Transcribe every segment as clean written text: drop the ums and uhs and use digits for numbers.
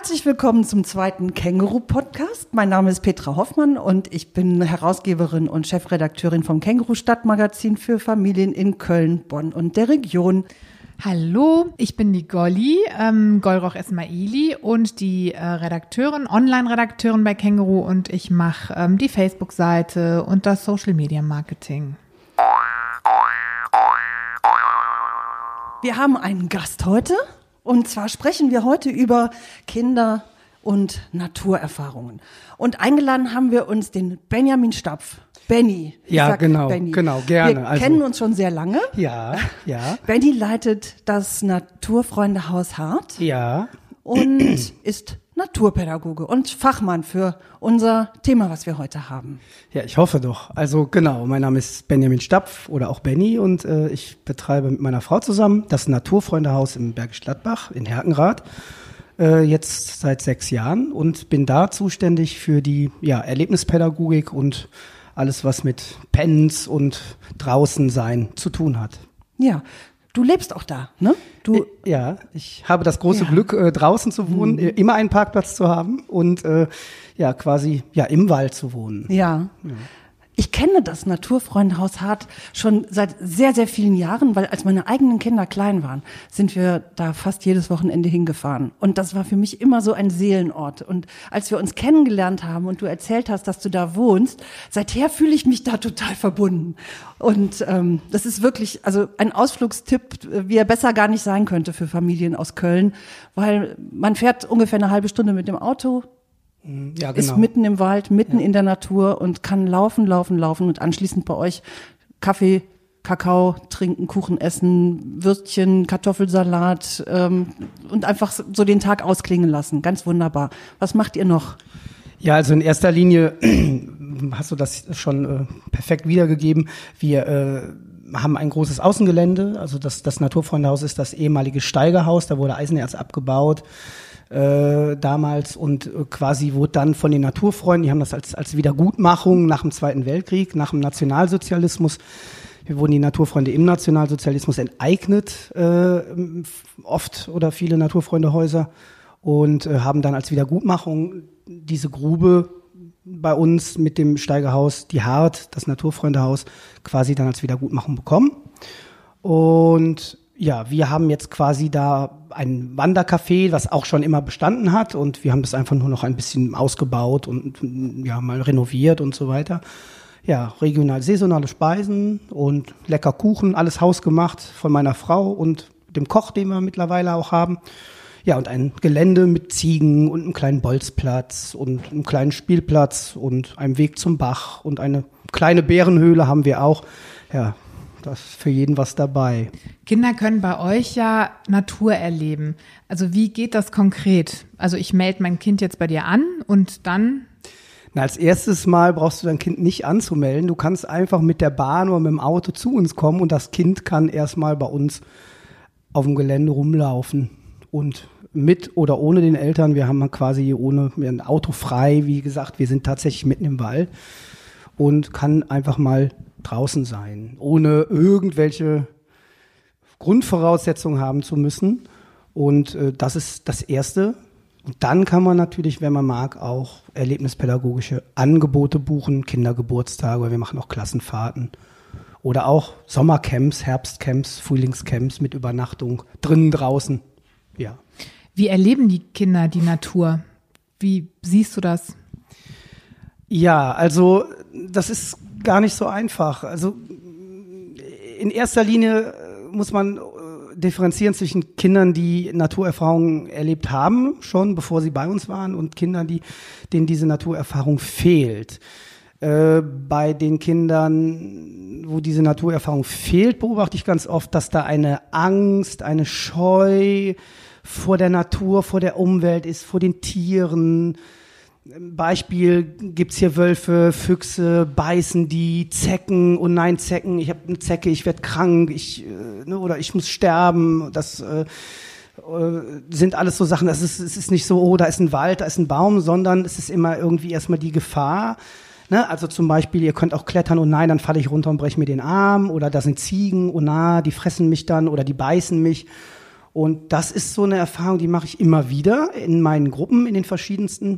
Herzlich willkommen zum zweiten Känguru-Podcast. Mein Name ist Petra Hoffmann und ich bin Herausgeberin und Chefredakteurin vom Känguru-Stadtmagazin für Familien in Köln, Bonn und der Region. Hallo, ich bin die Golli, Golroch Esmaili und die Online-Redakteurin bei Känguru und ich mache die Facebook-Seite und das Social-Media-Marketing. Wir haben einen Gast heute. Und zwar sprechen wir heute über Kinder- und Naturerfahrungen. Und eingeladen haben wir uns den Benjamin Stapf. Benny. Ja, genau, Benny. genau, gerne. Wir kennen uns schon sehr lange. Ja. Benny leitet das Naturfreundehaus Hart. Ja. Und ist Naturpädagoge und Fachmann für unser Thema, was wir heute haben. Ja, ich hoffe doch. Also genau, mein Name ist Benjamin Stapf oder auch Benny und ich betreibe mit meiner Frau zusammen das Naturfreundehaus im Bergisch Gladbach in Herkenrath, jetzt seit 6 Jahren und bin da zuständig für die Erlebnispädagogik und alles, was mit Pens und draußen sein zu tun hat. Ja. Du lebst auch da, ne? Ja, ich habe das große Glück, draußen zu wohnen, immer einen Parkplatz zu haben und quasi im Wald zu wohnen. Ja. Ich kenne das Naturfreundehaus Hart schon seit sehr, sehr vielen Jahren, weil als meine eigenen Kinder klein waren, sind wir da fast jedes Wochenende hingefahren. Und das war für mich immer so ein Seelenort. Und als wir uns kennengelernt haben und du erzählt hast, dass du da wohnst, seither fühle ich mich da total verbunden. Und das ist wirklich also ein Ausflugstipp, wie er besser gar nicht sein könnte für Familien aus Köln, weil man fährt ungefähr eine halbe Stunde mit dem Auto, ja, genau. Ist mitten im Wald, mitten in der Natur und kann laufen und anschließend bei euch Kaffee, Kakao trinken, Kuchen essen, Würstchen, Kartoffelsalat und einfach so den Tag ausklingen lassen. Ganz wunderbar. Was macht ihr noch? Ja, also in erster Linie hast du das schon perfekt wiedergegeben. Wir haben ein großes Außengelände, also das Naturfreundehaus ist das ehemalige Steigerhaus, da wurde Eisenerz abgebaut. Damals und quasi wurde dann von den Naturfreunden, die haben das als Wiedergutmachung nach dem Zweiten Weltkrieg, nach dem Nationalsozialismus, wir wurden die Naturfreunde im Nationalsozialismus enteignet, oft oder viele Naturfreundehäuser und haben dann als Wiedergutmachung diese Grube bei uns mit dem Steigerhaus, die Hart, das Naturfreundehaus, quasi dann als Wiedergutmachung bekommen. Und ja, wir haben jetzt quasi da ein Wandercafé, was auch schon immer bestanden hat und wir haben das einfach nur noch ein bisschen ausgebaut und mal renoviert und so weiter. Ja, regional saisonale Speisen und lecker Kuchen, alles hausgemacht von meiner Frau und dem Koch, den wir mittlerweile auch haben. Ja, und ein Gelände mit Ziegen und einem kleinen Bolzplatz und einem kleinen Spielplatz und einem Weg zum Bach und eine kleine Bärenhöhle haben wir auch. Ja, da ist für jeden was dabei. Kinder können bei euch ja Natur erleben. Also wie geht das konkret? Also ich melde mein Kind jetzt bei dir an und dann? Na, als erstes Mal brauchst du dein Kind nicht anzumelden. Du kannst einfach mit der Bahn oder mit dem Auto zu uns kommen und das Kind kann erstmal bei uns auf dem Gelände rumlaufen. Und mit oder ohne den Eltern, wir haben quasi ein Auto frei, wie gesagt, wir sind tatsächlich mitten im Wald und kann einfach mal draußen sein, ohne irgendwelche Grundvoraussetzungen haben zu müssen. Und das ist das Erste. Und dann kann man natürlich, wenn man mag, auch erlebnispädagogische Angebote buchen, Kindergeburtstage, wir machen auch Klassenfahrten oder auch Sommercamps, Herbstcamps, Frühlingscamps mit Übernachtung, drinnen, draußen. Ja. Wie erleben die Kinder die Natur? Wie siehst du das? Ja, also das ist gar nicht so einfach. Also in erster Linie muss man differenzieren zwischen Kindern, die Naturerfahrungen erlebt haben, schon bevor sie bei uns waren, und Kindern, denen diese Naturerfahrung fehlt. Bei den Kindern, wo diese Naturerfahrung fehlt, beobachte ich ganz oft, dass da eine Angst, eine Scheu vor der Natur, vor der Umwelt ist, vor den Tieren. Beispiel gibt's hier Wölfe, Füchse, beißen die, Zecken, oh nein, Zecken, ich habe eine Zecke, ich werde krank, oder ich muss sterben. Das sind alles so Sachen, es ist nicht so, oh, da ist ein Wald, da ist ein Baum, sondern es ist immer irgendwie erstmal die Gefahr. Ne? Also zum Beispiel, ihr könnt auch klettern, oh nein, dann falle ich runter und breche mir den Arm, oder da sind Ziegen, oh na, die fressen mich dann oder die beißen mich. Und das ist so eine Erfahrung, die mache ich immer wieder in meinen Gruppen, in den verschiedensten.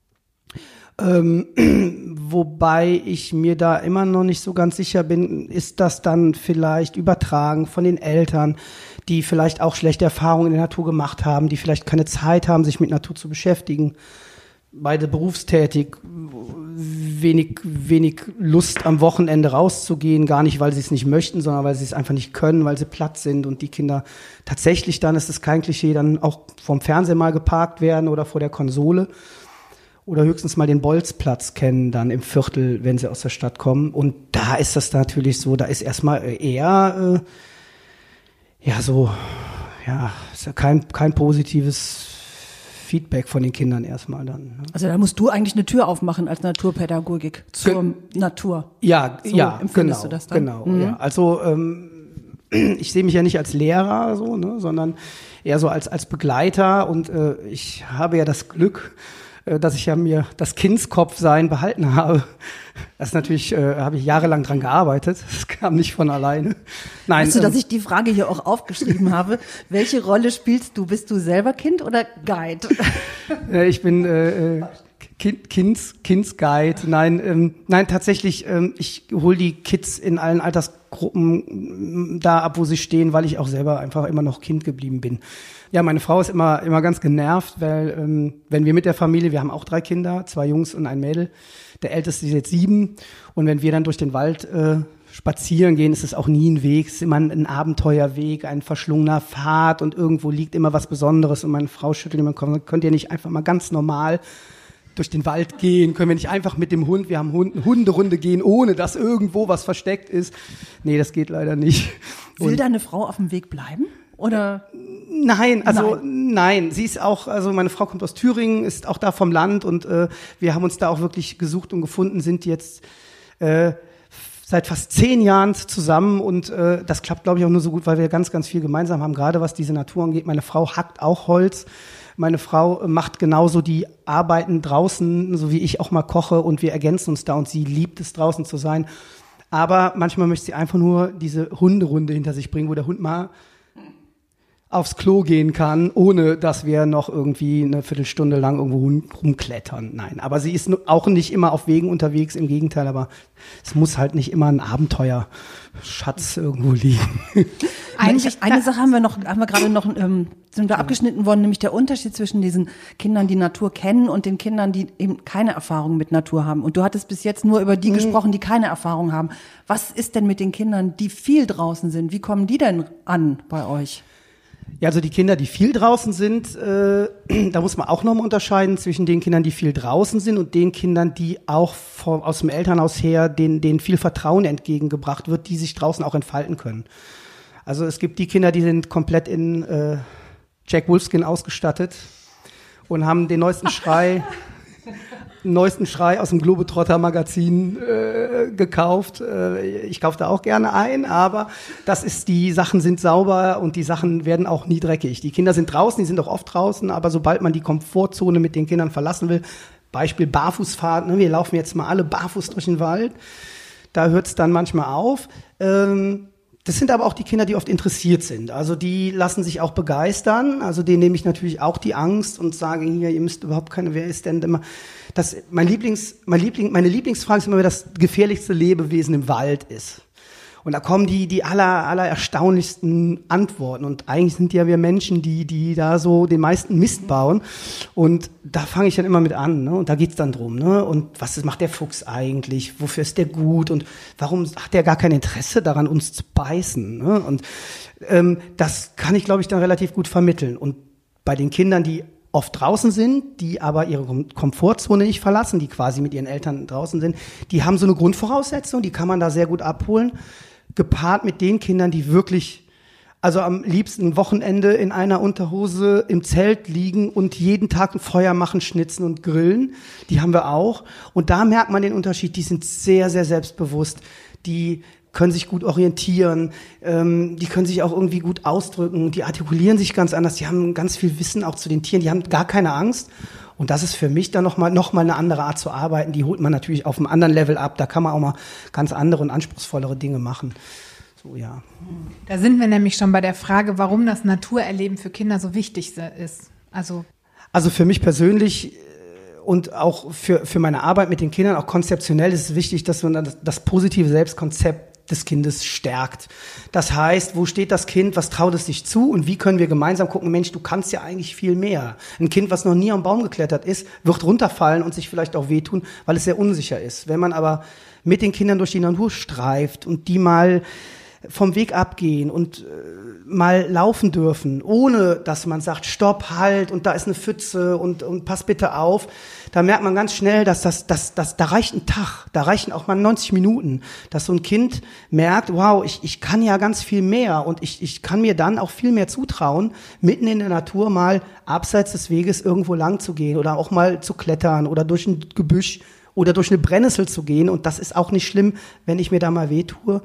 Wobei ich mir da immer noch nicht so ganz sicher bin, ist das dann vielleicht übertragen von den Eltern, die vielleicht auch schlechte Erfahrungen in der Natur gemacht haben, die vielleicht keine Zeit haben, sich mit Natur zu beschäftigen. Beide berufstätig, wenig Lust am Wochenende rauszugehen, gar nicht, weil sie es nicht möchten, sondern weil sie es einfach nicht können, weil sie platt sind und die Kinder tatsächlich, dann ist es kein Klischee, dann auch vorm Fernseher mal geparkt werden oder vor der Konsole oder höchstens mal den Bolzplatz kennen dann im Viertel, wenn sie aus der Stadt kommen. Und da ist das natürlich so, da ist erstmal eher ist ja kein positives Feedback von den Kindern erstmal dann. Ne? Also da musst du eigentlich eine Tür aufmachen als Naturpädagogik zur Natur. Ja, so ja, empfindest du das dann? Genau. Ja. Also ich sehe mich ja nicht als Lehrer so, ne, sondern eher so als Begleiter und ich habe ja das Glück, dass ich ja mir das Kindskopfsein behalten habe. Das ist natürlich, habe ich jahrelang dran gearbeitet. Das kam nicht von alleine. Nein. Weißt du, dass ich die Frage hier auch aufgeschrieben habe? Welche Rolle spielst du? Bist du selber Kind oder Guide? Ich bin Kindsguide. Nein, tatsächlich, ich hole die Kids in allen Altersgruppen da ab, wo sie stehen, weil ich auch selber einfach immer noch Kind geblieben bin. Ja, meine Frau ist immer ganz genervt, weil wenn wir mit der Familie, wir haben auch 3 Kinder, 2 Jungs und ein Mädel, der Älteste ist jetzt 7 und wenn wir dann durch den Wald spazieren gehen, ist es auch nie ein Weg, es ist immer ein Abenteuerweg, ein verschlungener Pfad und irgendwo liegt immer was Besonderes und meine Frau schüttelt immer den Kopf, könnt ihr nicht einfach mal ganz normal durch den Wald gehen, können wir nicht einfach mit dem Hund, wir haben eine Hunderunde gehen, ohne dass irgendwo was versteckt ist. Nee, das geht leider nicht. Will deine Frau auf dem Weg bleiben? Oder? Nein. Sie ist auch, also meine Frau kommt aus Thüringen, ist auch da vom Land und wir haben uns da auch wirklich gesucht und gefunden, sind jetzt seit fast 10 Jahren zusammen und das klappt, glaube ich, auch nur so gut, weil wir ganz, ganz viel gemeinsam haben, gerade was diese Natur angeht. Meine Frau hackt auch Holz. Meine Frau macht genauso die Arbeiten draußen, so wie ich auch mal koche und wir ergänzen uns da und sie liebt es, draußen zu sein. Aber manchmal möchte sie einfach nur diese Hunderunde hinter sich bringen, wo der Hund mal aufs Klo gehen kann, ohne dass wir noch irgendwie eine Viertelstunde lang irgendwo rumklettern. Nein, aber sie ist auch nicht immer auf Wegen unterwegs, im Gegenteil, aber es muss halt nicht immer ein Abenteuerschatz irgendwo liegen. Eine Sache haben wir gerade noch, sind wir abgeschnitten worden, nämlich der Unterschied zwischen diesen Kindern, die Natur kennen und den Kindern, die eben keine Erfahrung mit Natur haben. Und du hattest bis jetzt nur über die gesprochen, die keine Erfahrung haben. Was ist denn mit den Kindern, die viel draußen sind? Wie kommen die denn an bei euch? Ja, also die Kinder, die viel draußen sind, da muss man auch nochmal unterscheiden zwischen den Kindern, die viel draußen sind und den Kindern, die auch aus dem Elternhaus her, denen viel Vertrauen entgegengebracht wird, die sich draußen auch entfalten können. Also es gibt die Kinder, die sind komplett in Jack Wolfskin ausgestattet und haben den neuesten Schrei aus dem Globetrotter-Magazin gekauft. Ich kaufe da auch gerne ein, aber die Sachen sind sauber und die Sachen werden auch nie dreckig. Die Kinder sind draußen, die sind auch oft draußen, aber sobald man die Komfortzone mit den Kindern verlassen will, Beispiel Barfußfahrt, ne, wir laufen jetzt mal alle barfuß durch den Wald, da hört es dann manchmal auf. Das sind aber auch die Kinder, die oft interessiert sind. Also die lassen sich auch begeistern. Also denen nehme ich natürlich auch die Angst und sage hier, ihr müsst überhaupt wer ist denn immer... Meine Lieblingsfrage ist immer, wer das gefährlichste Lebewesen im Wald ist. Und da kommen die aller erstaunlichsten Antworten. Und eigentlich sind ja wir Menschen, die da so den meisten Mist bauen. Und da fange ich dann immer mit an. Ne? Und da geht's dann drum. Ne? Und was macht der Fuchs eigentlich? Wofür ist der gut? Und warum hat der gar kein Interesse daran, uns zu beißen? Ne? Und das kann ich, glaube ich, dann relativ gut vermitteln. Und bei den Kindern, die oft draußen sind, die aber ihre Komfortzone nicht verlassen, die quasi mit ihren Eltern draußen sind, die haben so eine Grundvoraussetzung, die kann man da sehr gut abholen, gepaart mit den Kindern, die wirklich, also am liebsten Wochenende in einer Unterhose im Zelt liegen und jeden Tag ein Feuer machen, schnitzen und grillen, die haben wir auch. Und da merkt man den Unterschied, die sind sehr, sehr selbstbewusst, die können sich gut orientieren, die können sich auch irgendwie gut ausdrücken, die artikulieren sich ganz anders, die haben ganz viel Wissen auch zu den Tieren, die haben gar keine Angst. Und das ist für mich dann noch mal eine andere Art zu arbeiten, die holt man natürlich auf einem anderen Level ab, da kann man auch mal ganz andere und anspruchsvollere Dinge machen. So, ja. Da sind wir nämlich schon bei der Frage, warum das Naturerleben für Kinder so wichtig ist. Also für mich persönlich und auch für meine Arbeit mit den Kindern, auch konzeptionell ist es wichtig, dass man das positive Selbstkonzept des Kindes stärkt. Das heißt, wo steht das Kind, was traut es sich zu und wie können wir gemeinsam gucken, Mensch, du kannst ja eigentlich viel mehr. Ein Kind, was noch nie am Baum geklettert ist, wird runterfallen und sich vielleicht auch wehtun, weil es sehr unsicher ist. Wenn man aber mit den Kindern durch die Natur streift und die mal vom Weg abgehen und mal laufen dürfen, ohne dass man sagt, stopp, halt, und da ist eine Pfütze und pass bitte auf, da merkt man ganz schnell, dass da reicht ein Tag, da reichen auch mal 90 Minuten, dass so ein Kind merkt, wow, ich kann ja ganz viel mehr und ich kann mir dann auch viel mehr zutrauen, mitten in der Natur mal abseits des Weges irgendwo lang zu gehen oder auch mal zu klettern oder durch ein Gebüsch oder durch eine Brennnessel zu gehen, und das ist auch nicht schlimm, wenn ich mir da mal wehtue.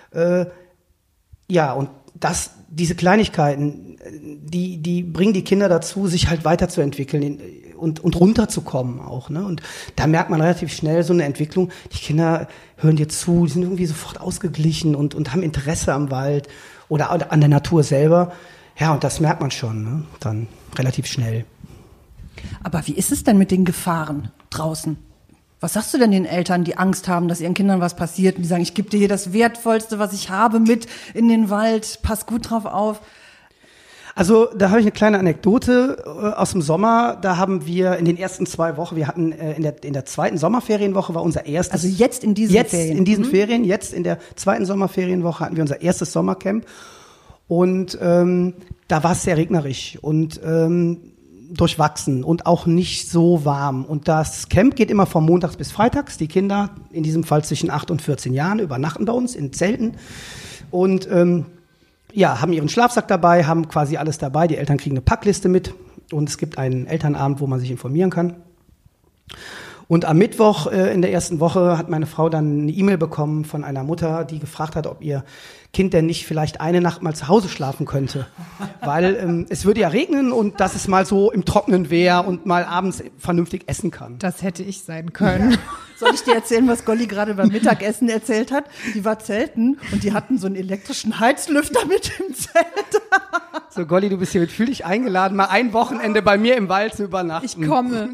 Ja, und diese Kleinigkeiten, die bringen die Kinder dazu, sich halt weiterzuentwickeln und runterzukommen auch, ne? Und da merkt man relativ schnell so eine Entwicklung. Die Kinder hören dir zu, die sind irgendwie sofort ausgeglichen und haben Interesse am Wald oder an der Natur selber. Ja, und das merkt man schon, ne? Dann relativ schnell. Aber wie ist es denn mit den Gefahren draußen? Was sagst du denn den Eltern, die Angst haben, dass ihren Kindern was passiert und die sagen, ich gebe dir hier das Wertvollste, was ich habe, mit in den Wald, pass gut drauf auf? Also da habe ich eine kleine Anekdote aus dem Sommer. Da haben wir in den ersten 2 Wochen, wir hatten in der zweiten Sommerferienwoche war unser erstes. Also jetzt in diesen Ferien? In diesen Ferien, jetzt in der zweiten Sommerferienwoche hatten wir unser erstes Sommercamp. Und da war es sehr regnerisch und durchwachsen und auch nicht so warm. Und das Camp geht immer von montags bis freitags. Die Kinder, in diesem Fall zwischen 8 und 14 Jahren, übernachten bei uns in Zelten und haben ihren Schlafsack dabei, haben quasi alles dabei. Die Eltern kriegen eine Packliste mit und es gibt einen Elternabend, wo man sich informieren kann. Und am Mittwoch in der ersten Woche hat meine Frau dann eine E-Mail bekommen von einer Mutter, die gefragt hat, ob ihr Kind denn nicht vielleicht eine Nacht mal zu Hause schlafen könnte. Weil es würde ja regnen und dass es mal so im Trockenen wäre und mal abends vernünftig essen kann. Das hätte ich sein können. Ja. Soll ich dir erzählen, was Golli gerade beim Mittagessen erzählt hat? Die war zelten und die hatten so einen elektrischen Heizlüfter mit im Zelt. So, Golli, du bist hier fühlig eingeladen, mal ein Wochenende bei mir im Wald zu übernachten. Ich komme.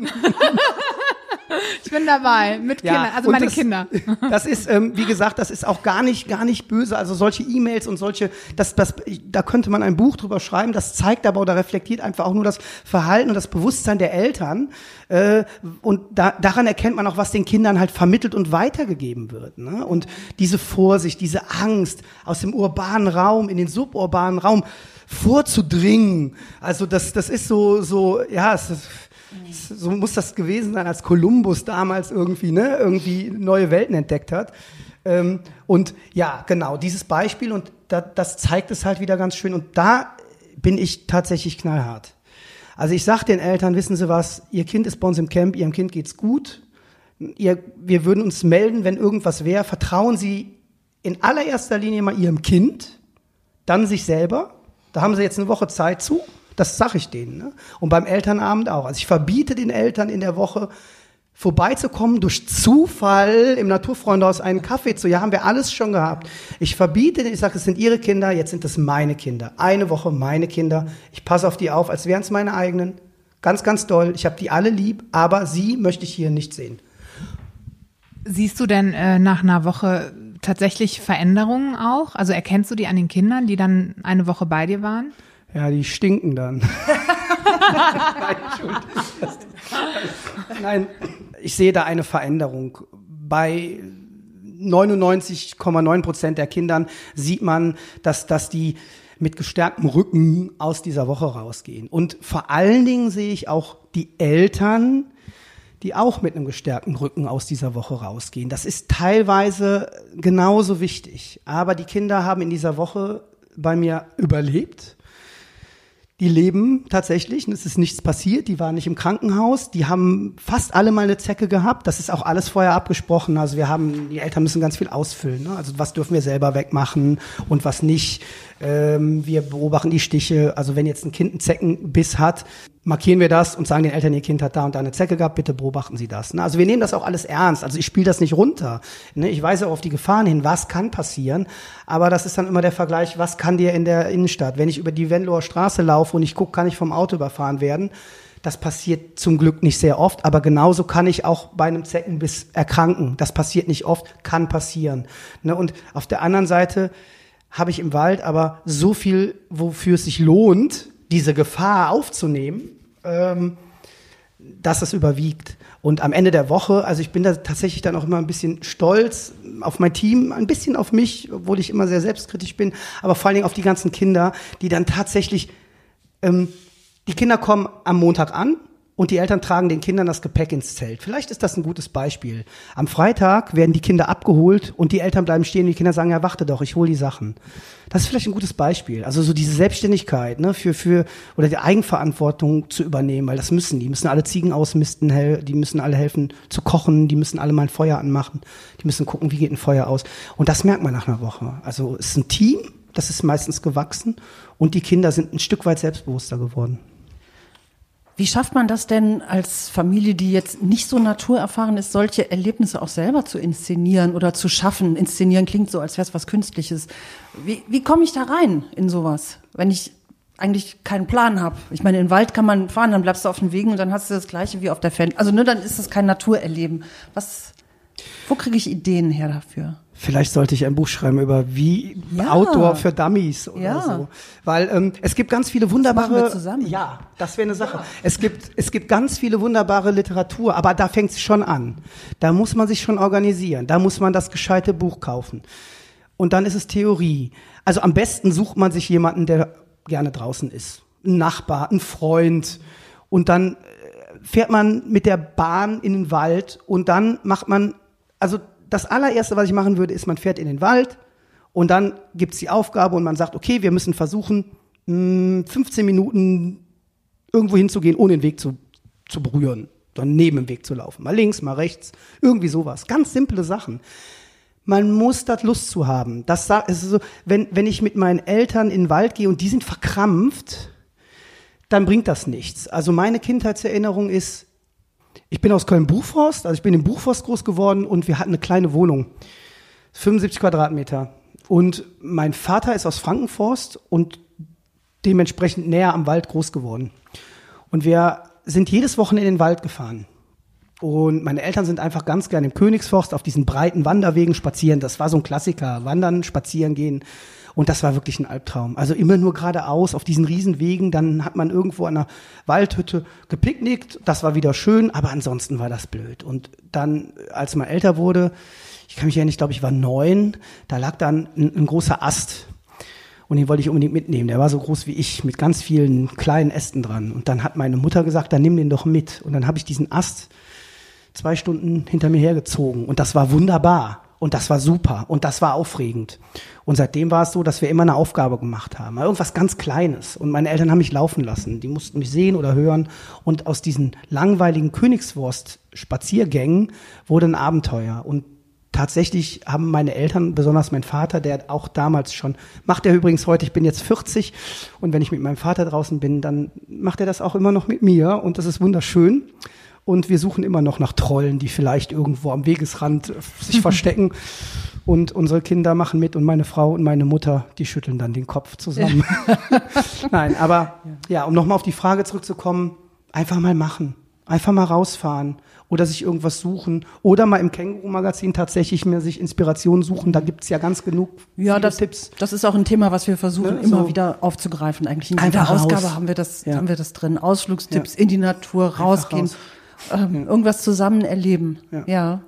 Ich bin dabei, mit Kindern, also meine Kinder. Das ist, wie gesagt, das ist auch gar nicht böse. Also solche E-Mails und solche, da könnte man ein Buch drüber schreiben. Das zeigt aber oder reflektiert einfach auch nur das Verhalten und das Bewusstsein der Eltern. Und daran erkennt man auch, was den Kindern halt vermittelt und weitergegeben wird. Ne? Und diese Vorsicht, diese Angst aus dem urbanen Raum in den suburbanen Raum vorzudringen. Also das ist so, ja, so muss das gewesen sein, als Kolumbus damals irgendwie neue Welten entdeckt hat. Und ja, genau, dieses Beispiel und das zeigt es halt wieder ganz schön. Und da bin ich tatsächlich knallhart. Also ich sag den Eltern, wissen Sie was, Ihr Kind ist bei uns im Camp, Ihrem Kind geht's gut. Wir würden uns melden, wenn irgendwas wäre. Vertrauen Sie in allererster Linie mal Ihrem Kind, dann sich selber. Da haben Sie jetzt eine Woche Zeit zu. Das sage ich denen. Ne? Und beim Elternabend auch. Also ich verbiete den Eltern in der Woche vorbeizukommen, durch Zufall im Naturfreundehaus einen Kaffee zu. Ja, haben wir alles schon gehabt. Ich verbiete denen, ich sage, es sind Ihre Kinder, jetzt sind es meine Kinder. Eine Woche meine Kinder. Ich passe auf die auf, als wären es meine eigenen. Ganz, ganz doll. Ich habe die alle lieb, aber sie möchte ich hier nicht sehen. Siehst du denn nach einer Woche tatsächlich Veränderungen auch? Also erkennst du die an den Kindern, die dann eine Woche bei dir waren? Ja, die stinken dann. Nein, ich sehe da eine Veränderung. Bei 99,9% der Kindern sieht man, dass die mit gestärktem Rücken aus dieser Woche rausgehen. Und vor allen Dingen sehe ich auch die Eltern, die auch mit einem gestärkten Rücken aus dieser Woche rausgehen. Das ist teilweise genauso wichtig. Aber die Kinder haben in dieser Woche bei mir überlebt. Die leben tatsächlich, und es ist nichts passiert, die waren nicht im Krankenhaus, die haben fast alle mal eine Zecke gehabt, das ist auch alles vorher abgesprochen, also die Eltern müssen ganz viel ausfüllen, ne? Also was dürfen wir selber wegmachen und was nicht, wir beobachten die Stiche, also wenn jetzt ein Kind einen Zeckenbiss hat, markieren wir das und sagen den Eltern, ihr Kind hat da und da eine Zecke gehabt, bitte beobachten Sie das. Ne? Also wir nehmen das auch alles ernst. Also ich spiele das nicht runter. Ne? Ich weise auch auf die Gefahren hin, was kann passieren. Aber das ist dann immer der Vergleich, was kann dir in der Innenstadt? Wenn ich über die Venloer Straße laufe und ich gucke, kann ich vom Auto überfahren werden? Das passiert zum Glück nicht sehr oft, aber genauso kann ich auch bei einem Zeckenbiss erkranken. Das passiert nicht oft, kann passieren. Ne? Und auf der anderen Seite habe ich im Wald aber so viel, wofür es sich lohnt, diese Gefahr aufzunehmen, dass es überwiegt. Und am Ende der Woche, also ich bin da tatsächlich dann auch immer ein bisschen stolz auf mein Team, ein bisschen auf mich, obwohl ich immer sehr selbstkritisch bin, aber vor allen Dingen auf die ganzen Kinder, die dann tatsächlich, die Kinder kommen am Montag an und die Eltern tragen den Kindern das Gepäck ins Zelt. Vielleicht ist das ein gutes Beispiel. Am Freitag werden die Kinder abgeholt und die Eltern bleiben stehen und die Kinder sagen, ja, warte doch, ich hole die Sachen. Das ist vielleicht ein gutes Beispiel. Also so diese Selbstständigkeit, ne, oder die Eigenverantwortung zu übernehmen, weil das müssen die. Müssen alle Ziegen ausmisten, die müssen alle helfen zu kochen, die müssen alle mal ein Feuer anmachen, die müssen gucken, wie geht ein Feuer aus. Und das merkt man nach einer Woche. Also es ist ein Team, das ist meistens gewachsen und die Kinder sind ein Stück weit selbstbewusster geworden. Wie schafft man das denn als Familie, die jetzt nicht so naturerfahren ist, solche Erlebnisse auch selber zu inszenieren oder zu schaffen? Inszenieren klingt so, als wäre es was Künstliches. Wie komme ich da rein in sowas, wenn ich eigentlich keinen Plan habe? Ich meine, in den Wald kann man fahren, dann bleibst du auf den Wegen und dann hast du das Gleiche wie auf der Fan. Also dann ist das kein Naturerleben. Wo kriege ich Ideen her dafür? Vielleicht sollte ich ein Buch schreiben über Outdoor für Dummies oder so. Weil es gibt ganz viele wunderbare... Das machen wir zusammen. Ja, das wäre eine Sache. Ja. Es gibt ganz viele wunderbare Literatur, aber da fängt es schon an. Da muss man sich schon organisieren. Da muss man das gescheite Buch kaufen. Und dann ist es Theorie. Also am besten sucht man sich jemanden, der gerne draußen ist. Ein Nachbar, ein Freund. Und dann fährt man mit der Bahn in den Wald und dann macht man... Also das allererste, was ich machen würde, ist, man fährt in den Wald und dann gibt's die Aufgabe und man sagt, okay, wir müssen versuchen, 15 Minuten irgendwo hinzugehen, ohne den Weg zu berühren, sondern neben dem Weg zu laufen. Mal links, mal rechts, irgendwie sowas. Ganz simple Sachen. Man muss da Lust zu haben. Das ist so, wenn ich mit meinen Eltern in den Wald gehe und die sind verkrampft, dann bringt das nichts. Also meine Kindheitserinnerung ist, ich bin aus Köln-Buchforst, also ich bin im Buchforst groß geworden und wir hatten eine kleine Wohnung, 75 Quadratmeter. Und mein Vater ist aus Frankenforst und dementsprechend näher am Wald groß geworden. Und wir sind jedes Wochenende in den Wald gefahren. Und meine Eltern sind einfach ganz gerne im Königsforst auf diesen breiten Wanderwegen spazieren. Das war so ein Klassiker, wandern, spazieren gehen. Und das war wirklich ein Albtraum. Also immer nur geradeaus auf diesen Riesenwegen. Dann hat man irgendwo an einer Waldhütte gepicknickt. Das war wieder schön, aber ansonsten war das blöd. Und dann, als man älter wurde, ich kann mich erinnern, ich glaube, ich war 9, da lag dann ein großer Ast. Und den wollte ich unbedingt mitnehmen. Der war so groß wie ich, mit ganz vielen kleinen Ästen dran. Und dann hat meine Mutter gesagt, dann nimm den doch mit. Und dann habe ich diesen Ast 2 Stunden hinter mir hergezogen. Und das war wunderbar. Und das war super und das war aufregend. Und seitdem war es so, dass wir immer eine Aufgabe gemacht haben. Irgendwas ganz Kleines. Und meine Eltern haben mich laufen lassen. Die mussten mich sehen oder hören. Und aus diesen langweiligen Königsforst-Spaziergängen wurde ein Abenteuer. Und tatsächlich haben meine Eltern, besonders mein Vater, der auch damals schon, macht er übrigens heute, ich bin jetzt 40. Und wenn ich mit meinem Vater draußen bin, dann macht er das auch immer noch mit mir. Und das ist wunderschön. Und wir suchen immer noch nach Trollen, die vielleicht irgendwo am Wegesrand sich verstecken. Und unsere Kinder machen mit und meine Frau und meine Mutter, die schütteln dann den Kopf zusammen. Nein, aber ja, um nochmal auf die Frage zurückzukommen, einfach mal machen. Einfach mal rausfahren oder sich irgendwas suchen oder mal im Känguru-Magazin tatsächlich mir sich Inspiration suchen. Da gibt's ja ganz genug Tipps. Das ist auch ein Thema, was wir versuchen immer wieder aufzugreifen. Eigentlich in jeder Ausgabe haben wir das drin. Ausflugstipps in die Natur, rausgehen. Irgendwas zusammen erleben. Ja.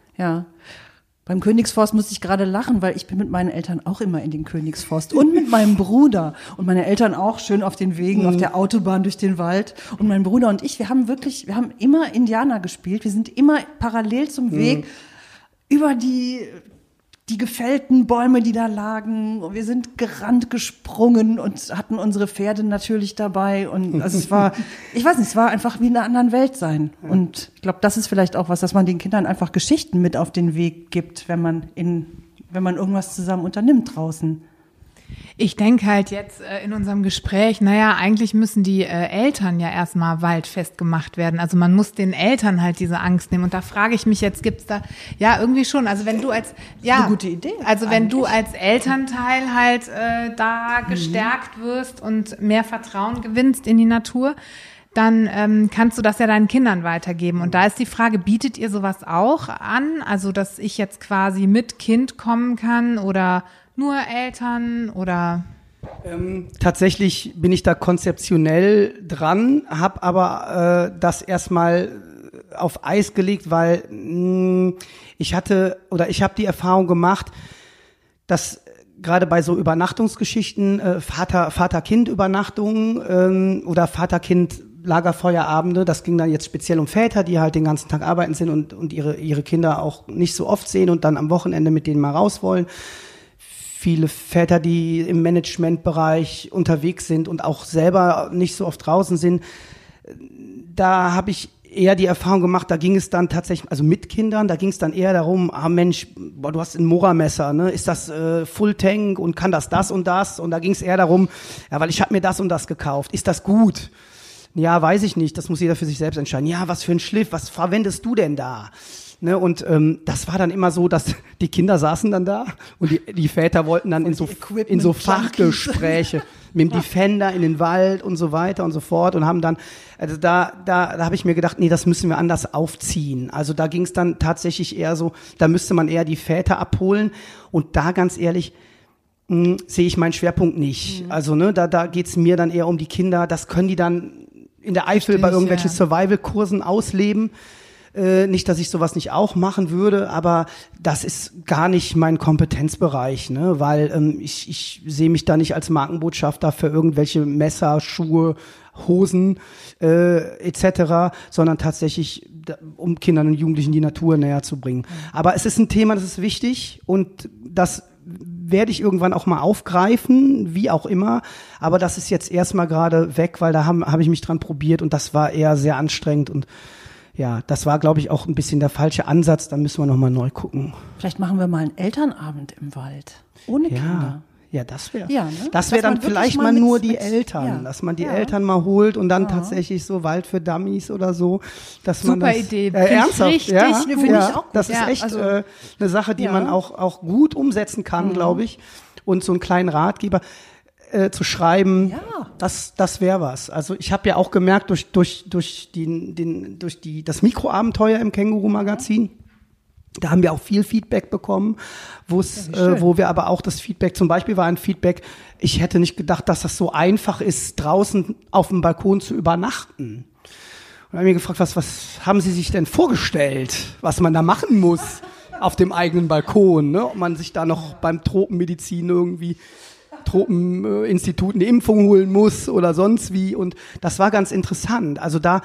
Beim Königsforst musste ich gerade lachen, weil ich bin mit meinen Eltern auch immer in den Königsforst und mit meinem Bruder und meine Eltern auch schön auf den Wegen, auf der Autobahn durch den Wald. Und mein Bruder und ich, wir haben immer Indianer gespielt. Wir sind immer parallel zum Weg über die gefällten Bäume, die da lagen. Und wir sind gerannt, gesprungen und hatten unsere Pferde natürlich dabei. Und also es war einfach wie in einer anderen Welt sein. Ja. Und ich glaube, das ist vielleicht auch was, dass man den Kindern einfach Geschichten mit auf den Weg gibt, wenn man irgendwas zusammen unternimmt draußen. Ich denke halt jetzt in unserem Gespräch, eigentlich müssen die Eltern ja erstmal waldfest gemacht werden. Also man muss den Eltern halt diese Angst nehmen. Und da frage ich mich jetzt, gibt's da, ja, irgendwie schon. Also wenn du als, eine gute Idee. Also wenn du als Elternteil halt da gestärkt wirst und mehr Vertrauen gewinnst in die Natur, dann kannst du das ja deinen Kindern weitergeben. Und da ist die Frage, bietet ihr sowas auch an? Also dass ich jetzt quasi mit Kind kommen kann oder nur Eltern oder? Tatsächlich bin ich da konzeptionell dran, habe aber das erstmal auf Eis gelegt, weil ich habe die Erfahrung gemacht, dass gerade bei so Übernachtungsgeschichten, Vater-Kind-Übernachtungen oder Vater-Kind-Lagerfeuerabende, das ging dann jetzt speziell um Väter, die halt den ganzen Tag arbeiten sind und ihre Kinder auch nicht so oft sehen und dann am Wochenende mit denen mal raus wollen. Viele Väter, die im Managementbereich unterwegs sind und auch selber nicht so oft draußen sind, da habe ich eher die Erfahrung gemacht, da ging es dann tatsächlich, also mit Kindern, da ging es dann eher darum, Mensch, du hast ein Mora-Messer, ne? Ist das Full Tank und kann das und das? Und da ging es eher darum, ja, weil ich habe mir das und das gekauft. Ist das gut? Ja, weiß ich nicht, das muss jeder für sich selbst entscheiden. Ja, was für ein Schliff, was verwendest du denn da? Ne, und das war dann immer so, dass die Kinder saßen dann da und die Väter wollten dann in so Fachgespräche mit dem Defender in den Wald und so weiter und so fort und haben dann, also da habe ich mir gedacht, nee, das müssen wir anders aufziehen. Also da ging es dann tatsächlich eher so, da müsste man eher die Väter abholen und da ganz ehrlich sehe ich meinen Schwerpunkt nicht. Also ne, da geht's mir dann eher um die Kinder, das können die dann in der Eifel bei irgendwelchen Survival-Kursen ausleben. Nicht, dass ich sowas nicht auch machen würde, aber das ist gar nicht mein Kompetenzbereich, ne? Weil ich sehe mich da nicht als Markenbotschafter für irgendwelche Messer, Schuhe, Hosen etc., sondern tatsächlich, um Kindern und Jugendlichen die Natur näher zu bringen. Aber es ist ein Thema, das ist wichtig und das werde ich irgendwann auch mal aufgreifen, wie auch immer. Aber das ist jetzt erstmal gerade weg, weil da habe ich mich dran probiert und das war eher sehr anstrengend und ja, das war, glaube ich, auch ein bisschen der falsche Ansatz. Da müssen wir nochmal neu gucken. Vielleicht machen wir mal einen Elternabend im Wald. Ohne Kinder. Ja, das wäre. Ja, ne? Das wäre dann vielleicht mal nur die Eltern, dass man die Eltern mal holt und dann tatsächlich so Wald für Dummies oder so. Dass man Super das, Idee. Ernsthaft, richtig finde ich auch gut. Das ist echt eine Sache, die man auch gut umsetzen kann, glaube ich. Und so einen kleinen Ratgeber zu schreiben, das wäre was. Also ich habe ja auch gemerkt durch das Mikroabenteuer im Känguru-Magazin, da haben wir auch viel Feedback bekommen, wo wir aber auch das Feedback, zum Beispiel war ein Feedback, ich hätte nicht gedacht, dass das so einfach ist, draußen auf dem Balkon zu übernachten. Und haben mir gefragt, was haben Sie sich denn vorgestellt, was man da machen muss auf dem eigenen Balkon, ne? Ob man sich da noch beim Tropenmedizin irgendwie Tropeninstitut eine Impfung holen muss oder sonst wie, und das war ganz interessant. Also da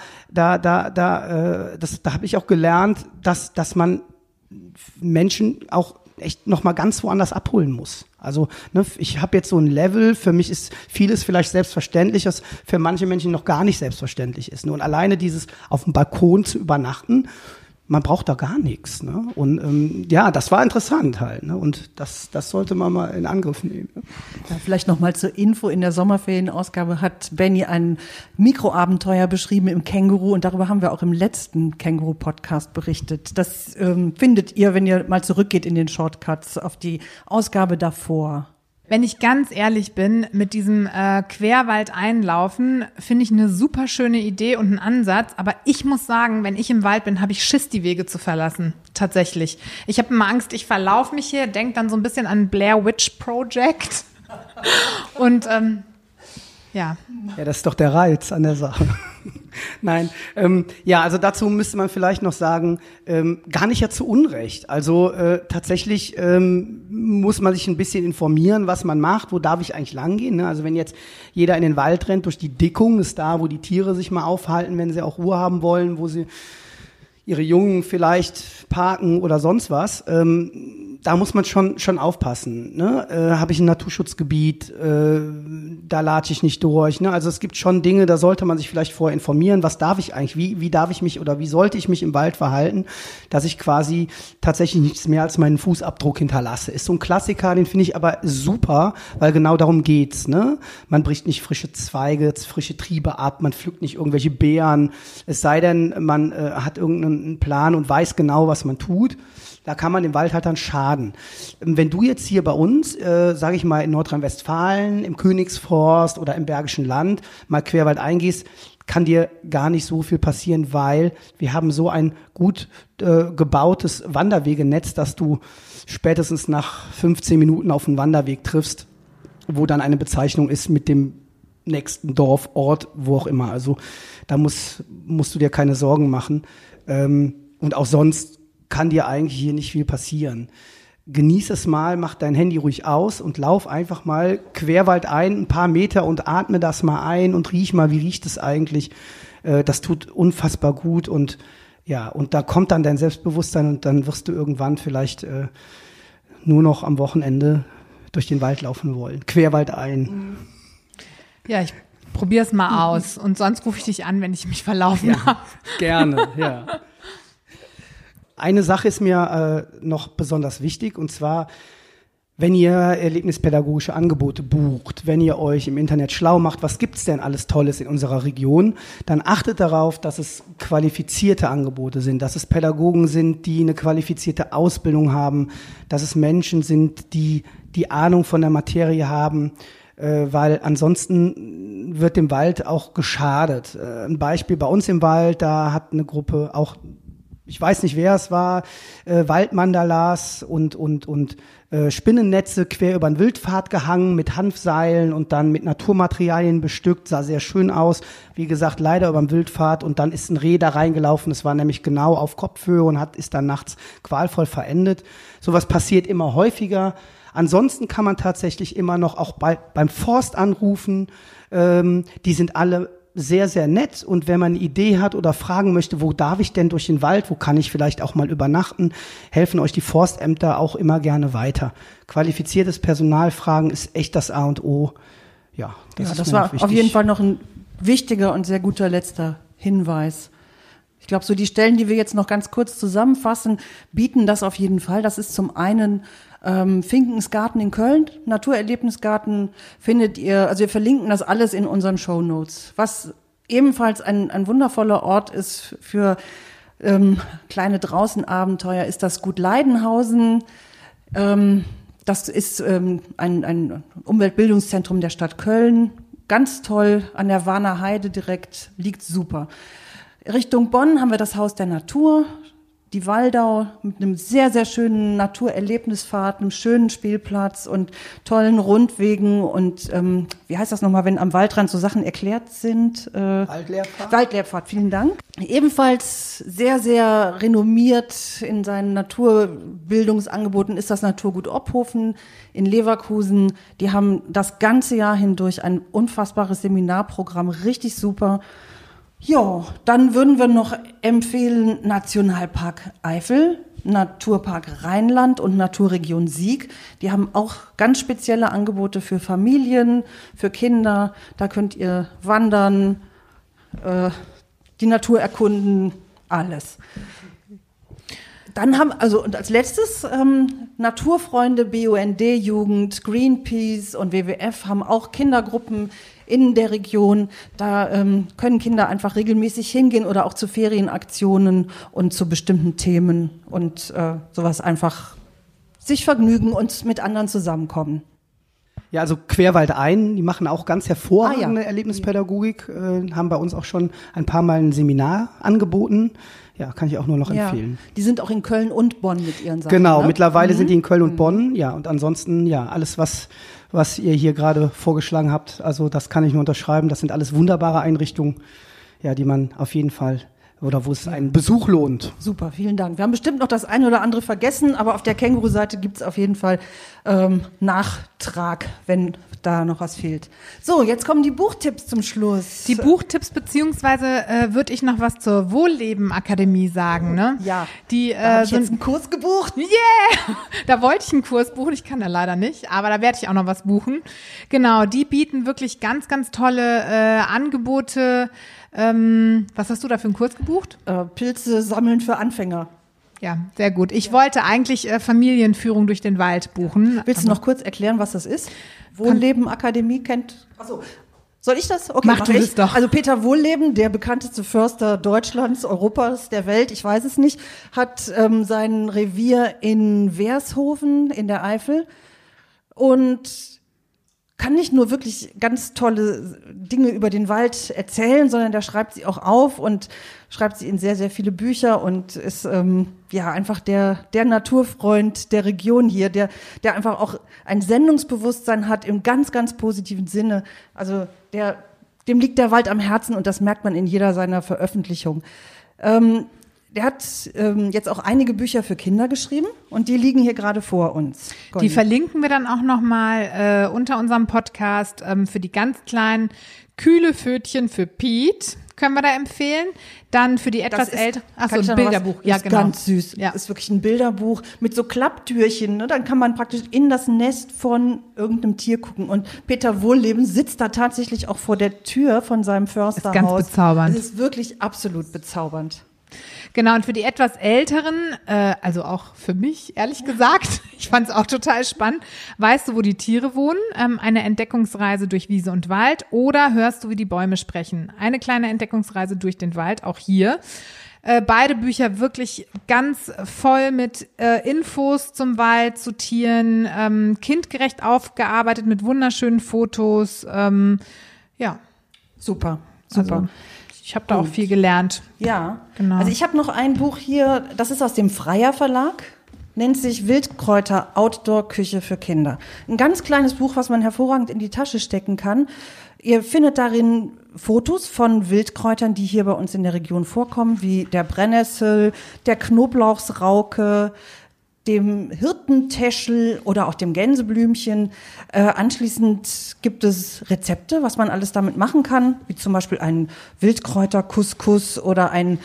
habe ich auch gelernt, dass man Menschen auch echt noch mal ganz woanders abholen muss. Also ne, ich habe jetzt so ein Level, für mich ist vieles vielleicht selbstverständlich, was für manche Menschen noch gar nicht selbstverständlich ist. Und alleine dieses auf dem Balkon zu übernachten, man braucht da gar nichts. Ne? Und das war interessant halt. Ne? Und das sollte man mal in Angriff nehmen. Ne? Ja, vielleicht noch mal zur Info. In der Sommerferienausgabe hat Benny ein Mikroabenteuer beschrieben im Känguru. Und darüber haben wir auch im letzten Känguru-Podcast berichtet. Das findet ihr, wenn ihr mal zurückgeht in den Shortcuts, auf die Ausgabe davor. Wenn ich ganz ehrlich bin, mit diesem Querwald einlaufen, finde ich eine super schöne Idee und einen Ansatz. Aber ich muss sagen, wenn ich im Wald bin, habe ich Schiss, die Wege zu verlassen. Tatsächlich. Ich habe immer Angst, ich verlaufe mich hier, denke dann so ein bisschen an Blair Witch Project. Und ja. Ja, das ist doch der Reiz an der Sache. Nein, also dazu müsste man vielleicht noch sagen, gar nicht ja zu Unrecht. Also tatsächlich muss man sich ein bisschen informieren, was man macht, wo darf ich eigentlich langgehen. Ne? Also wenn jetzt jeder in den Wald rennt, durch die Dickung ist da, wo die Tiere sich mal aufhalten, wenn sie auch Ruhe haben wollen, wo sie ihre Jungen vielleicht parken oder sonst was. da muss man schon aufpassen. Ne? Habe ich ein Naturschutzgebiet, da latsche ich nicht durch. Ne? Also es gibt schon Dinge, da sollte man sich vielleicht vorher informieren, was darf ich eigentlich, wie darf ich mich oder wie sollte ich mich im Wald verhalten, dass ich quasi tatsächlich nichts mehr als meinen Fußabdruck hinterlasse. Ist so ein Klassiker, den finde ich aber super, weil genau darum geht's. Ne? Man bricht nicht frische Zweige, frische Triebe ab, man pflückt nicht irgendwelche Beeren, es sei denn, man hat irgendeinen Plan und weiß genau, was man tut. Da kann man dem Wald halt dann schaden. Wenn du jetzt hier bei uns, sage ich mal in Nordrhein-Westfalen, im Königsforst oder im Bergischen Land mal Querwald eingehst, kann dir gar nicht so viel passieren, weil wir haben so ein gut gebautes Wanderwegenetz, dass du spätestens nach 15 Minuten auf einen Wanderweg triffst, wo dann eine Bezeichnung ist mit dem nächsten Dorf, Ort, wo auch immer. Also da musst du dir keine Sorgen machen. Und auch sonst kann dir eigentlich hier nicht viel passieren. Genieß es mal, mach dein Handy ruhig aus und lauf einfach mal Querwald ein paar Meter und atme das mal ein und riech mal, wie riecht es eigentlich. Das tut unfassbar gut und ja, und da kommt dann dein Selbstbewusstsein und dann wirst du irgendwann vielleicht nur noch am Wochenende durch den Wald laufen wollen. Querwald ein. Ja, ich probiere es mal aus und sonst rufe ich dich an, wenn ich mich verlaufen habe. Gerne, ja. Eine Sache ist mir noch besonders wichtig, und zwar, wenn ihr erlebnispädagogische Angebote bucht, wenn ihr euch im Internet schlau macht, was gibt's denn alles Tolles in unserer Region, dann achtet darauf, dass es qualifizierte Angebote sind, dass es Pädagogen sind, die eine qualifizierte Ausbildung haben, dass es Menschen sind, die die Ahnung von der Materie haben, weil ansonsten wird dem Wald auch geschadet. Ein Beispiel bei uns im Wald, da hat eine Gruppe auch, ich weiß nicht, wer es war, Waldmandalas und Spinnennetze quer über den Wildpfad gehangen mit Hanfseilen und dann mit Naturmaterialien bestückt, sah sehr schön aus. Wie gesagt, leider über den Wildpfad und dann ist ein Reh da reingelaufen, das war nämlich genau auf Kopfhöhe und ist dann nachts qualvoll verendet. Sowas passiert immer häufiger. Ansonsten kann man tatsächlich immer noch auch beim Forst anrufen. Die sind alle sehr, sehr nett und wenn man eine Idee hat oder fragen möchte, wo darf ich denn durch den Wald, wo kann ich vielleicht auch mal übernachten, helfen euch die Forstämter auch immer gerne weiter. Qualifiziertes Personal fragen ist echt das A und O. Ja, das war auf jeden Fall noch ein wichtiger und sehr guter letzter Hinweis. Ich glaube, so die Stellen, die wir jetzt noch ganz kurz zusammenfassen, bieten das auf jeden Fall. Das ist zum einen Finkensgarten in Köln, Naturerlebnisgarten findet ihr, also wir verlinken das alles in unseren Shownotes. Was ebenfalls ein wundervoller Ort ist für kleine Draußenabenteuer, ist das Gut Leidenhausen. Das ist ein Umweltbildungszentrum der Stadt Köln. Ganz toll, an der Warner Heide direkt, liegt super. Richtung Bonn haben wir das Haus der Natur, die Waldau mit einem sehr, sehr schönen Naturerlebnispfad, einem schönen Spielplatz und tollen Rundwegen und wie heißt das nochmal, wenn am Waldrand so Sachen erklärt sind? Waldlehrpfad. Waldlehrpfad, vielen Dank. Ebenfalls sehr, sehr renommiert in seinen Naturbildungsangeboten ist das Naturgut Ophofen in Leverkusen. Die haben das ganze Jahr hindurch ein unfassbares Seminarprogramm, richtig super. Ja, dann würden wir noch empfehlen Nationalpark Eifel, Naturpark Rheinland und Naturregion Sieg. Die haben auch ganz spezielle Angebote für Familien, für Kinder. Da könnt ihr wandern, die Natur erkunden, alles. Dann haben, also und als letztes, Naturfreunde, BUND-Jugend, Greenpeace und WWF haben auch Kindergruppen in der Region. Da können Kinder einfach regelmäßig hingehen oder auch zu Ferienaktionen und zu bestimmten Themen und sowas einfach sich vergnügen und mit anderen zusammenkommen. Ja, also Querwald ein, die machen auch ganz hervorragende Erlebnispädagogik, haben bei uns auch schon ein paar Mal ein Seminar angeboten. Ja, kann ich auch nur noch empfehlen. Die sind auch in Köln und Bonn mit ihren Sachen. Genau, ne? Mittlerweile sind die in Köln und Bonn. Ja, und ansonsten, ja, alles, was ihr hier gerade vorgeschlagen habt, also das kann ich nur unterschreiben. Das sind alles wunderbare Einrichtungen, ja, die man auf jeden Fall oder wo es einen Besuch lohnt. Super, vielen Dank. Wir haben bestimmt noch das eine oder andere vergessen, aber auf der Känguru-Seite gibt es auf jeden Fall Nachtrag, wenn da noch was fehlt. So, jetzt kommen die Buchtipps zum Schluss. Die Buchtipps, beziehungsweise würde ich noch was zur Wohlleben-Akademie sagen, ne? Ja, die da habe ich jetzt einen Kurs gebucht. Yeah! Da wollte ich einen Kurs buchen, ich kann da leider nicht, aber da werde ich auch noch was buchen. Genau, die bieten wirklich ganz, ganz tolle Angebote. Was hast du da für einen Kurs gebucht? Pilze sammeln für Anfänger. Ja, sehr gut. Ich wollte eigentlich Familienführung durch den Wald buchen. Willst du noch kurz erklären, was das ist? Wohlleben Akademie kennt. Achso. Soll ich das? Okay, mach du das doch. Also Peter Wohlleben, der bekannteste Förster Deutschlands, Europas, der Welt, ich weiß es nicht, hat sein Revier in Wershofen in der Eifel und kann nicht nur wirklich ganz tolle Dinge über den Wald erzählen, sondern der schreibt sie auch auf und schreibt sie in sehr, sehr viele Bücher und ist einfach der Naturfreund der Region hier, der einfach auch ein Sendungsbewusstsein hat im ganz, ganz positiven Sinne. Also dem liegt der Wald am Herzen und das merkt man in jeder seiner Veröffentlichung. Der hat jetzt auch einige Bücher für Kinder geschrieben und die liegen hier gerade vor uns. Die verlinken wir dann auch nochmal unter unserem Podcast für die ganz kleinen kühle Pfötchen für Piet. Können wir da empfehlen? Dann für die etwas älteren. Achso, ein Bilderbuch. Ja, genau. Ganz süß. Ja. Das ist wirklich ein Bilderbuch mit so Klapptürchen. Ne? Dann kann man praktisch in das Nest von irgendeinem Tier gucken. Und Peter Wohlleben sitzt da tatsächlich auch vor der Tür von seinem Försterhaus. Das ist ganz bezaubernd. Das ist wirklich absolut bezaubernd. Genau, und für die etwas Älteren, also auch für mich, ehrlich gesagt, ich fand es auch total spannend, weißt du, wo die Tiere wohnen? Eine Entdeckungsreise durch Wiese und Wald oder hörst du, wie die Bäume sprechen? Eine kleine Entdeckungsreise durch den Wald, auch hier. Beide Bücher wirklich ganz voll mit Infos zum Wald, zu Tieren, kindgerecht aufgearbeitet mit wunderschönen Fotos. Ja. Super. Also, ich habe da auch viel gelernt. Ja, genau. Also ich habe noch ein Buch hier, das ist aus dem Freier Verlag, nennt sich Wildkräuter Outdoor Küche für Kinder. Ein ganz kleines Buch, was man hervorragend in die Tasche stecken kann. Ihr findet darin Fotos von Wildkräutern, die hier bei uns in der Region vorkommen, wie der Brennnessel, der Knoblauchsrauke, dem Hirtentäschel oder auch dem Gänseblümchen. Anschließend gibt es Rezepte, was man alles damit machen kann, wie zum Beispiel einen Wildkräuter-Couscous oder ein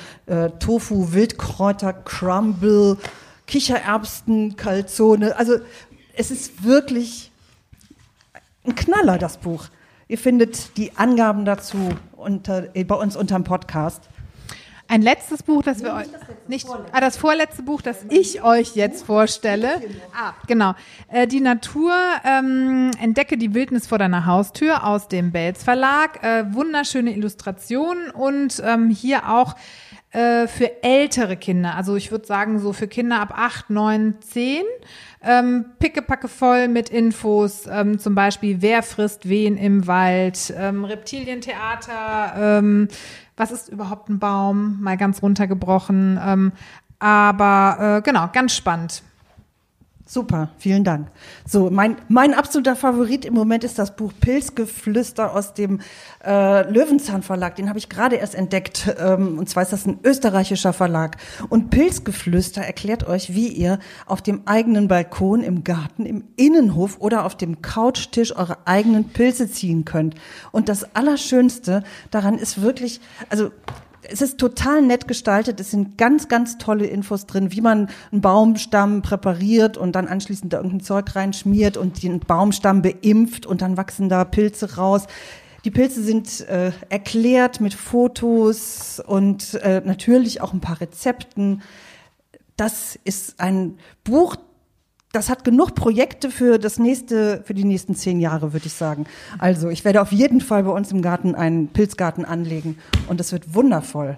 Tofu-Wildkräuter-Crumble, Kichererbsen-Calzone. Also es ist wirklich ein Knaller, das Buch. Ihr findet die Angaben dazu bei uns unterm Podcast. Ein letztes Buch, das wir euch das vorletzte Buch, das ich euch jetzt vorstelle. Genau. Die Natur, entdecke die Wildnis vor deiner Haustür aus dem Belz Verlag. Wunderschöne Illustrationen und hier auch für ältere Kinder. Also ich würde sagen, so für Kinder ab 8, 9, 10. Pickepacke voll mit Infos, zum Beispiel wer frisst wen im Wald, Reptilientheater, was ist überhaupt ein Baum, mal ganz runtergebrochen, aber genau, ganz spannend. Super, vielen Dank. So, mein absoluter Favorit im Moment ist das Buch Pilzgeflüster aus dem Löwenzahn Verlag. Den habe ich gerade erst entdeckt. Und zwar ist das ein österreichischer Verlag. Und Pilzgeflüster erklärt euch, wie ihr auf dem eigenen Balkon, im Garten, im Innenhof oder auf dem Couchtisch eure eigenen Pilze ziehen könnt. Und das Allerschönste daran ist wirklich, also es ist total nett gestaltet. Es sind ganz, ganz tolle Infos drin, wie man einen Baumstamm präpariert und dann anschließend da irgendein Zeug reinschmiert und den Baumstamm beimpft und dann wachsen da Pilze raus. Die Pilze sind erklärt mit Fotos und natürlich auch ein paar Rezepten. Das ist ein Buch, das hat genug Projekte für die nächsten 10 Jahre, würde ich sagen. Also ich werde auf jeden Fall bei uns im Garten einen Pilzgarten anlegen und das wird wundervoll.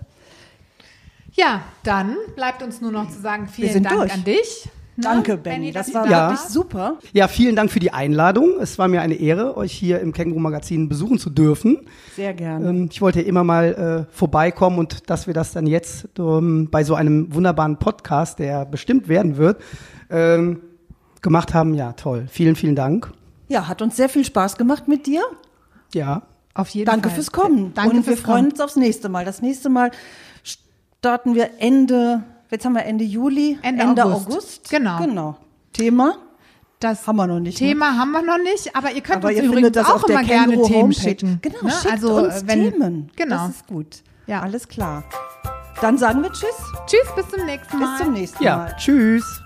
Ja, dann bleibt uns nur noch zu sagen, vielen Dank an dich. Danke, Benny. Das war wirklich super. Ja, vielen Dank für die Einladung. Es war mir eine Ehre, euch hier im Känguru-Magazin besuchen zu dürfen. Sehr gerne. Ich wollte immer mal vorbeikommen und dass wir das dann jetzt bei so einem wunderbaren Podcast, der bestimmt werden wird, gemacht haben. Ja, toll. Vielen, vielen Dank. Ja, hat uns sehr viel Spaß gemacht mit dir. Ja. Auf jeden Fall. Danke fürs Kommen. Danke und wir freuen uns aufs nächste Mal. Das nächste Mal starten wir jetzt haben wir Ende Juli, Ende August. Genau. Thema? Das haben wir noch nicht. Thema haben wir noch nicht, aber ihr könnt uns ihr übrigens findet das auch auf der immer gerne Känguru Themen Homepage. schicken. Genau, ne? schickt uns Themen. Genau. Das ist gut. Ja. Alles klar. Dann sagen wir Tschüss. Tschüss, bis zum nächsten Mal. Bis zum nächsten Mal. Ja, tschüss.